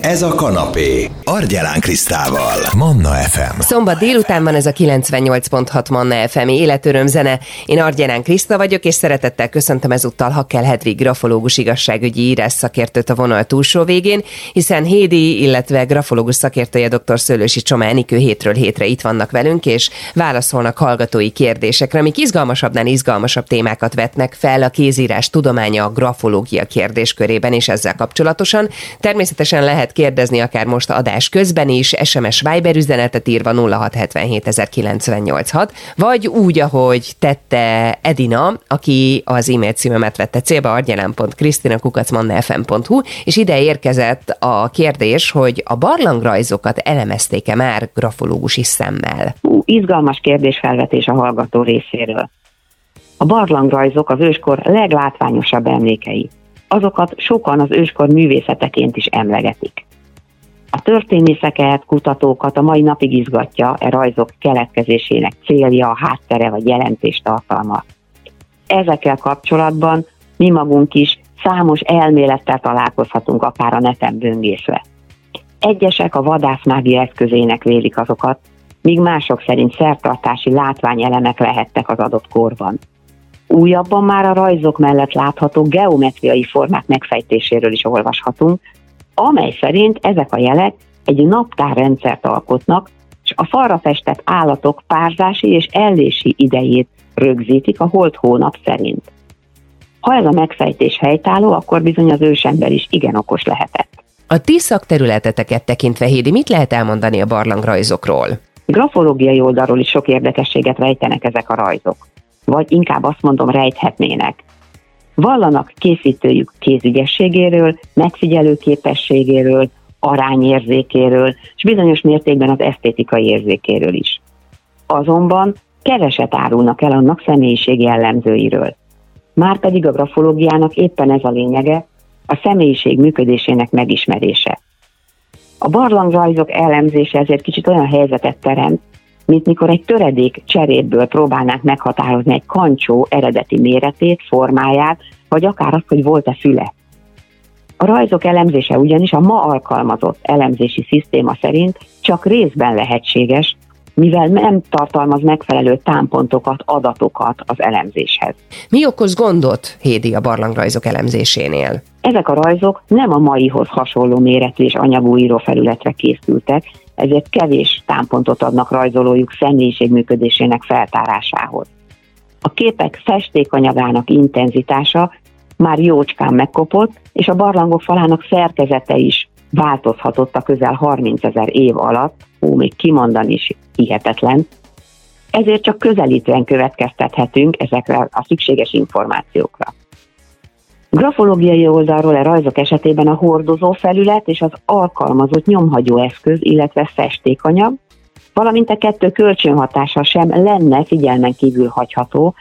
Ez a kanapé. Argyelán Krisztával. Manna FM. Szombat délután van ez a 98.6 Manna FM életöröm zene. Én Argyelán Kriszta vagyok, és szeretettel köszöntöm ezúttal Hakkel Hedvig grafológus igazságügyi írás szakértőt a vonal túlsó végén, hiszen Hédi, illetve grafológus szakértője dr. Szőlősi Csoma Enikő hétről hétre itt vannak velünk, és válaszolnak hallgatói kérdésekre, amik izgalmasabbnál izgalmasabb témákat vetnek fel a kézírás tudománya, a grafológia kérdéskörében, és ezzel kapcsolatosan. Természetesen lehet kérdezni akár most adás közben is, SMS Viber üzenetet írva 0677 vagy úgy, ahogy tette Edina, aki az e-mail címemet vette célba, argyelan.kristina@mannafm.hu, és ide érkezett a kérdés, hogy a barlangrajzokat elemezték-e már grafológusi szemmel? Izgalmas kérdésfelvetés a hallgató részéről. A barlangrajzok az őskor leglátványosabb emlékei. Azokat sokan az őskor művészeteként is emlegetik. A történészeket, kutatókat a mai napig izgatja e rajzok keletkezésének célja, háttere vagy jelentéstartalma. Ezekkel kapcsolatban mi magunk is számos elmélettel találkozhatunk, akár a neten böngészve. Egyesek a vadászmágia eszközének vélik azokat, míg mások szerint szertartási látványelemek lehettek az adott korban. Újabban már a rajzok mellett látható geometriai formák megfejtéséről is olvashatunk, amely szerint ezek a jelek egy naptárrendszert alkotnak, és a falra festett állatok párzási és ellési idejét rögzítik a holt hónap szerint. Ha ez a megfejtés helytálló, akkor bizony az ősember is igen okos lehetett. A ti szakterületeteket tekintve, Hédi, mit lehet elmondani a barlangrajzokról? Grafológiai oldalról is sok érdekességet rejtenek ezek a rajzok. Vagy inkább azt mondom, rejthetnének. Vallanak készítőjük kézügyességéről, megfigyelő képességéről, arányérzékéről, és bizonyos mértékben az esztétikai érzékéről is. Azonban keveset árulnak el annak személyiségi jellemzőiről. Márpedig a grafológiának éppen ez a lényege, a személyiség működésének megismerése. A barlangrajzok elemzése ezért kicsit olyan helyzetet teremt, mint mikor egy töredék cserépből próbálnánk meghatározni egy kancsó eredeti méretét, formáját, vagy akár azt, hogy volt-e füle. A rajzok elemzése ugyanis a ma alkalmazott elemzési szisztéma szerint csak részben lehetséges, mivel nem tartalmaz megfelelő támpontokat, adatokat az elemzéshez. Mi okoz gondot, Hédi, a barlangrajzok elemzésénél? Ezek a rajzok nem a maihoz hasonló méretű és anyagú írófelületre készültek, ezért kevés támpontot adnak rajzolójuk személyiségműködésének feltárásához. A képek festékanyagának intenzitása már jócskán megkopott, és a barlangok falának szerkezete is változhatott a közel 30 000 év alatt, még kimondani is hihetetlen, ezért csak közelítően következtethetünk ezekre a szükséges információkra. Grafológiai oldalról a rajzok esetében a hordozó felület és az alkalmazott nyomhagyó eszköz, illetve festékanyag, valamint a kettő kölcsönhatása sem lenne figyelmen kívül hagyható,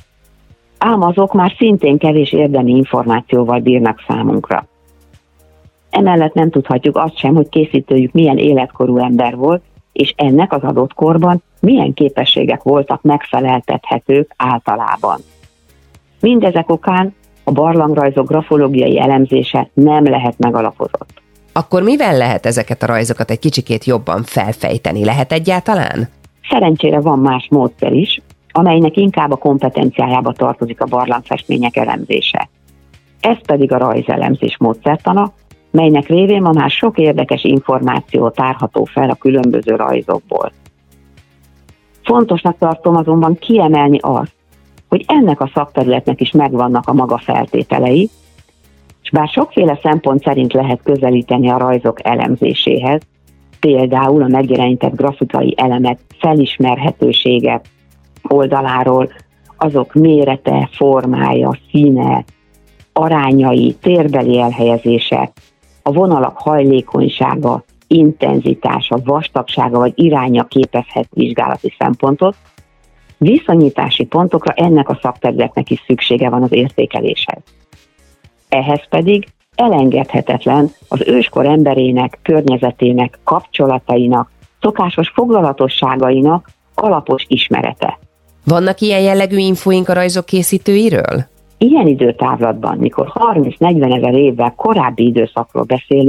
ám azok már szintén kevés érdemi információval bírnak számunkra. Emellett nem tudhatjuk azt sem, hogy készítőjük milyen életkorú ember volt, és ennek az adott korban milyen képességek voltak megfeleltethetők általában. Mindezek okán a barlangrajzok grafológiai elemzése nem lehet megalapozott. Akkor mivel lehet ezeket a rajzokat egy kicsikét jobban felfejteni? Lehet egyáltalán? Szerencsére van más módszer is, amelynek inkább a kompetenciájába tartozik a barlangfestmények elemzése. Ez pedig a rajzelemzés módszertana, melynek révén ma már sok érdekes információ tárható fel a különböző rajzokból. Fontosnak tartom azonban kiemelni azt, hogy ennek a szakterületnek is megvannak a maga feltételei, és bár sokféle szempont szerint lehet közelíteni a rajzok elemzéséhez, például a megjelenített grafikai elemek felismerhetősége oldaláról, azok mérete, formája, színe, arányai, térbeli elhelyezése, a vonalak hajlékonysága, intenzitása, vastagsága vagy iránya képezhet vizsgálati szempontot, viszonyítási pontokra ennek a szakterületnek is szüksége van az értékeléshez. Ehhez pedig elengedhetetlen az őskor emberének, környezetének, kapcsolatainak, szokásos foglalatosságainak alapos ismerete. Vannak ilyen jellegű infóink a rajzok készítőiről? Ilyen időtávlatban, mikor 30-40 ezer évvel korábbi időszakról beszélünk,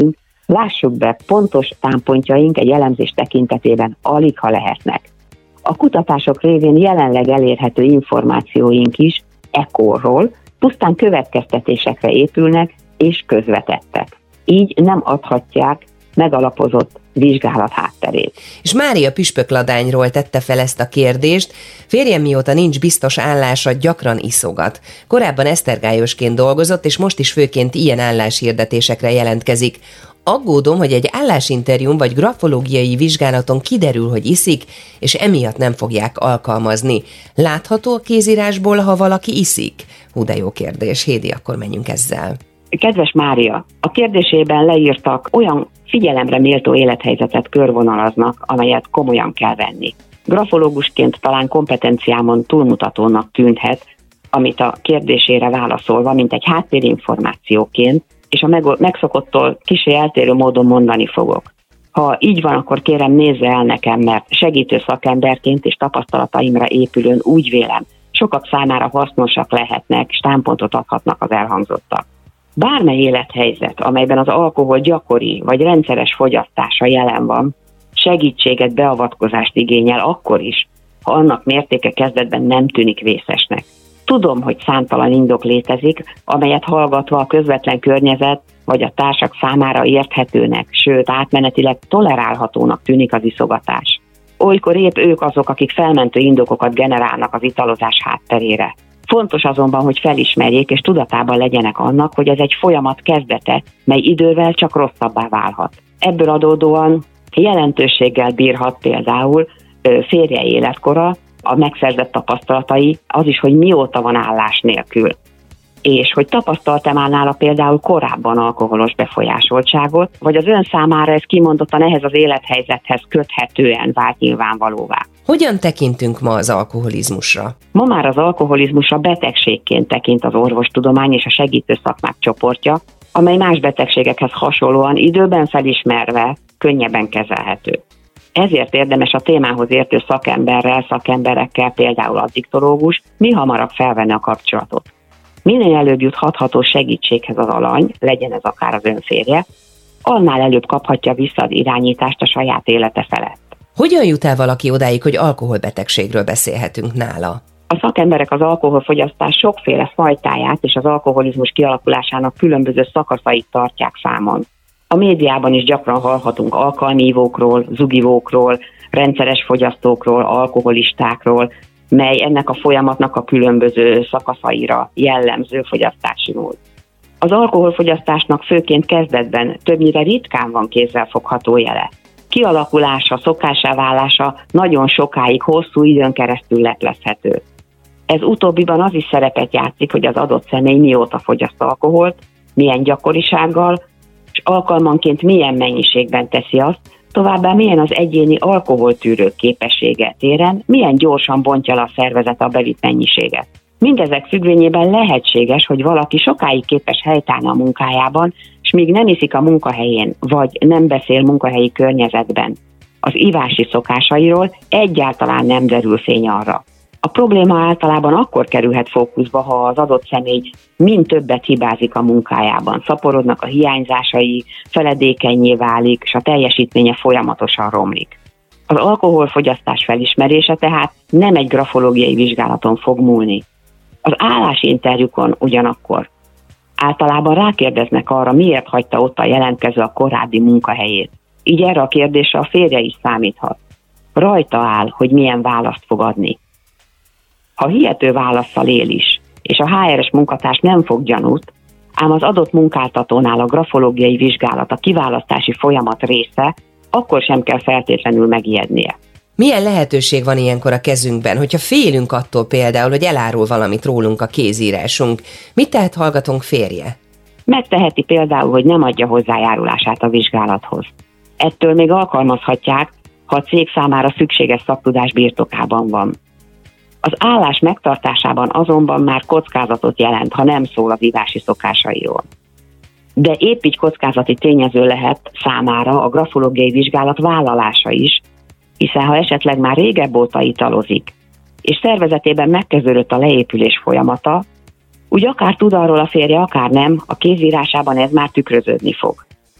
Lássuk be, pontos támpontjaink egy elemzés tekintetében aligha lehetnek. A kutatások révén jelenleg elérhető információink is ekkorról pusztán következtetésekre épülnek és közvetettek. Így nem adhatják megalapozott vizsgálat hátterét. És Mária Püspökladányról tette fel ezt a kérdést. Férjem mióta nincs biztos állása, gyakran iszogat. Korábban esztergályosként dolgozott, és most is főként ilyen álláshirdetésekre jelentkezik. Aggódom, hogy egy állásinterjún vagy grafológiai vizsgálaton kiderül, hogy iszik, és emiatt nem fogják alkalmazni. Látható a kézírásból, ha valaki iszik? Hú, de jó kérdés. Hédi, akkor menjünk ezzel. Kedves Mária, a kérdésében leírtak olyan figyelemre méltó élethelyzetet körvonalaznak, amelyet komolyan kell venni. Grafológusként talán kompetenciámon túlmutatónak tűnhet, amit a kérdésére válaszolva, mint egy háttérinformációként, és a megszokottól kissé eltérő módon mondani fogok. Ha így van, akkor kérem nézze el nekem, mert segítő szakemberként és tapasztalataimra épülőn úgy vélem, sokak számára hasznosak lehetnek, és támpontot adhatnak az elhangzottak. Bármely élethelyzet, amelyben az alkohol gyakori vagy rendszeres fogyasztása jelen van, segítséget, beavatkozást igényel akkor is, ha annak mértéke kezdetben nem tűnik vészesnek. Tudom, hogy számtalan indok létezik, amelyet hallgatva a közvetlen környezet vagy a társak számára érthetőnek, sőt átmenetileg tolerálhatónak tűnik az iszogatás. Olykor épp ők azok, akik felmentő indokokat generálnak az italozás hátterére. Fontos azonban, hogy felismerjék és tudatában legyenek annak, hogy ez egy folyamat kezdete, mely idővel csak rosszabbá válhat. Ebből adódóan jelentőséggel bírhat például férje életkora, a megszerzett tapasztalatai, az is, hogy mióta van állás nélkül. És hogy tapasztaltam nála például korábban alkoholos befolyásoltságot, vagy az ön számára ez kimondottan ehhez az élethelyzethez köthetően vált nyilvánvalóvá. Hogyan tekintünk ma az alkoholizmusra? Ma már az alkoholizmusra betegségként tekint az orvostudomány és a segítő szakmák csoportja, amely más betegségekhez hasonlóan időben felismerve könnyebben kezelhető. Ezért érdemes a témához értő szakemberekkel, például addiktológus, mi hamarabb felvenni a kapcsolatot. Minél előbb juthatható segítséghez az alany, legyen ez akár az ön férje, annál előbb kaphatja vissza az irányítást a saját élete felett. Hogyan jut el valaki odáig, hogy alkoholbetegségről beszélhetünk nála? A szakemberek az alkoholfogyasztás sokféle fajtáját és az alkoholizmus kialakulásának különböző szakaszait tartják számon. A médiában is gyakran hallhatunk alkalmívókról, zugivókról, rendszeres fogyasztókról, alkoholistákról, mely ennek a folyamatnak a különböző szakaszaira jellemző fogyasztási mód. Az alkoholfogyasztásnak főként kezdetben többnyire ritkán van kézzelfogható jele. Kialakulása, szokássá válása nagyon sokáig, hosszú időn keresztül leplezhető. Ez utóbbiban az is szerepet játszik, hogy az adott személy mióta fogyaszt alkoholt, milyen gyakorisággal, és alkalmanként milyen mennyiségben teszi azt, továbbá milyen az egyéni alkoholtűrő képessége téren, milyen gyorsan bontja le a szervezet a bevitt mennyiséget. Mindezek függvényében lehetséges, hogy valaki sokáig képes helytállni a munkájában, és míg nem iszik a munkahelyén, vagy nem beszél munkahelyi környezetben az ivási szokásairól, egyáltalán nem derül fény arra. A probléma általában akkor kerülhet fókuszba, ha az adott személy mind többet hibázik a munkájában, szaporodnak a hiányzásai, feledékennyé válik, és a teljesítménye folyamatosan romlik. Az alkoholfogyasztás felismerése tehát nem egy grafológiai vizsgálaton fog múlni. Az állásinterjúkon ugyanakkor általában rákérdeznek arra, miért hagyta ott a jelentkező a korábbi munkahelyét. Így erre a kérdésre a férje is számíthat. Rajta áll, hogy milyen választ fog adni. Ha hihető válasszal él is, és a HR-es munkatárs nem fog gyanút, ám az adott munkáltatónál a grafológiai vizsgálat a kiválasztási folyamat része, akkor sem kell feltétlenül megijednie. Milyen lehetőség van ilyenkor a kezünkben, hogyha félünk attól például, hogy elárul valamit rólunk a kézírásunk? Mit tehet hallgatónk férje? Megteheti például, hogy nem adja hozzájárulását a vizsgálathoz. Ettől még alkalmazhatják, ha a cég számára szükséges szaktudás birtokában van. Az állás megtartásában azonban már kockázatot jelent, ha nem szól az ivási szokásairól. De épp így kockázati tényező lehet számára a grafológiai vizsgálat vállalása is, hiszen ha esetleg már régebb óta italozik, és szervezetében megkezdődött a leépülés folyamata, úgy akár tud arról a férje, akár nem, a kézírásában ez már tükröződni fog.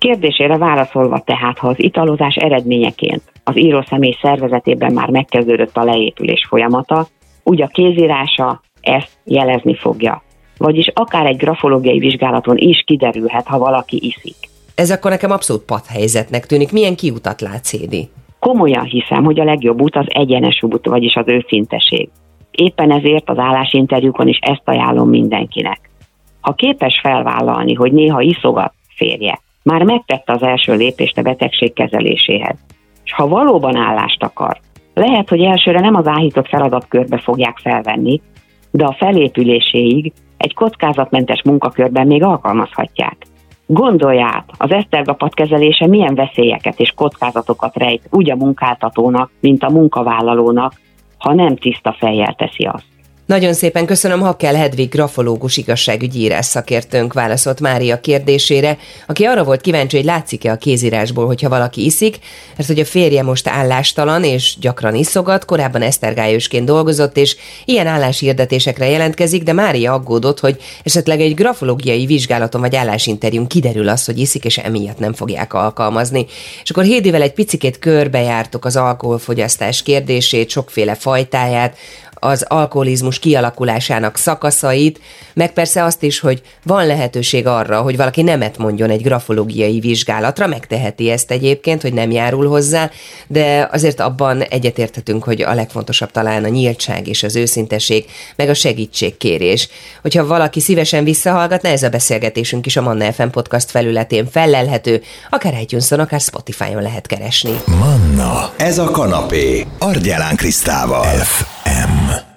Kérdésére válaszolva tehát, ha az italozás eredményeként az írószemély szervezetében már megkezdődött a leépülés folyamata, úgy a kézírása ezt jelezni fogja. Vagyis akár egy grafológiai vizsgálaton is kiderülhet, ha valaki iszik. Ez akkor nekem abszolút patthelyzetnek tűnik. Milyen kiutat lát Cédi? Komolyan hiszem, hogy a legjobb út az egyenes út, vagyis az őszinteség. Éppen ezért az állásinterjúkon is ezt ajánlom mindenkinek. Ha képes felvállalni, hogy néha iszogat férje, már megtette az első lépést a betegség kezeléséhez. És ha valóban állást akar, lehet, hogy elsőre nem az áhított feladatkörbe fogják felvenni, de a felépüléséig egy kockázatmentes munkakörben még alkalmazhatják. Gondolj át, az esztergapad kezelése milyen veszélyeket és kockázatokat rejt úgy a munkáltatónak, mint a munkavállalónak, ha nem tiszta fejjel teszi azt. Nagyon szépen köszönöm, Hakkel Hedvig grafológus igazságügyi írás szakértőnk válaszolt Mária kérdésére, aki arra volt kíváncsi, hogy látszik-e a kézírásból, hogyha valaki iszik, mert hogy a férje most állástalan és gyakran iszogat, korábban esztergályosként dolgozott, és ilyen álláshirdetésekre jelentkezik, de Mária aggódott, hogy esetleg egy grafológiai vizsgálaton vagy állásinterjún kiderül az, hogy iszik, és emiatt nem fogják alkalmazni. És akkor Hédivel egy picikét körbejártuk az alkoholfogyasztás kérdését, sokféle fajtáját, az alkoholizmus kialakulásának szakaszait, meg persze azt is, hogy van lehetőség arra, hogy valaki nemet mondjon egy grafológiai vizsgálatra, megteheti ezt egyébként, hogy nem járul hozzá, de azért abban egyetérthetünk, hogy a legfontosabb talán a nyíltság és az őszintesség, meg a segítségkérés. Hogyha valaki szívesen visszahallgatna, ez a beszélgetésünk is a Manna FM podcast felületén fellelhető, akár iTunes-on, akár Spotify-on lehet keresni. Manna, ez a kanapé, Argyelán Krisztával. FM.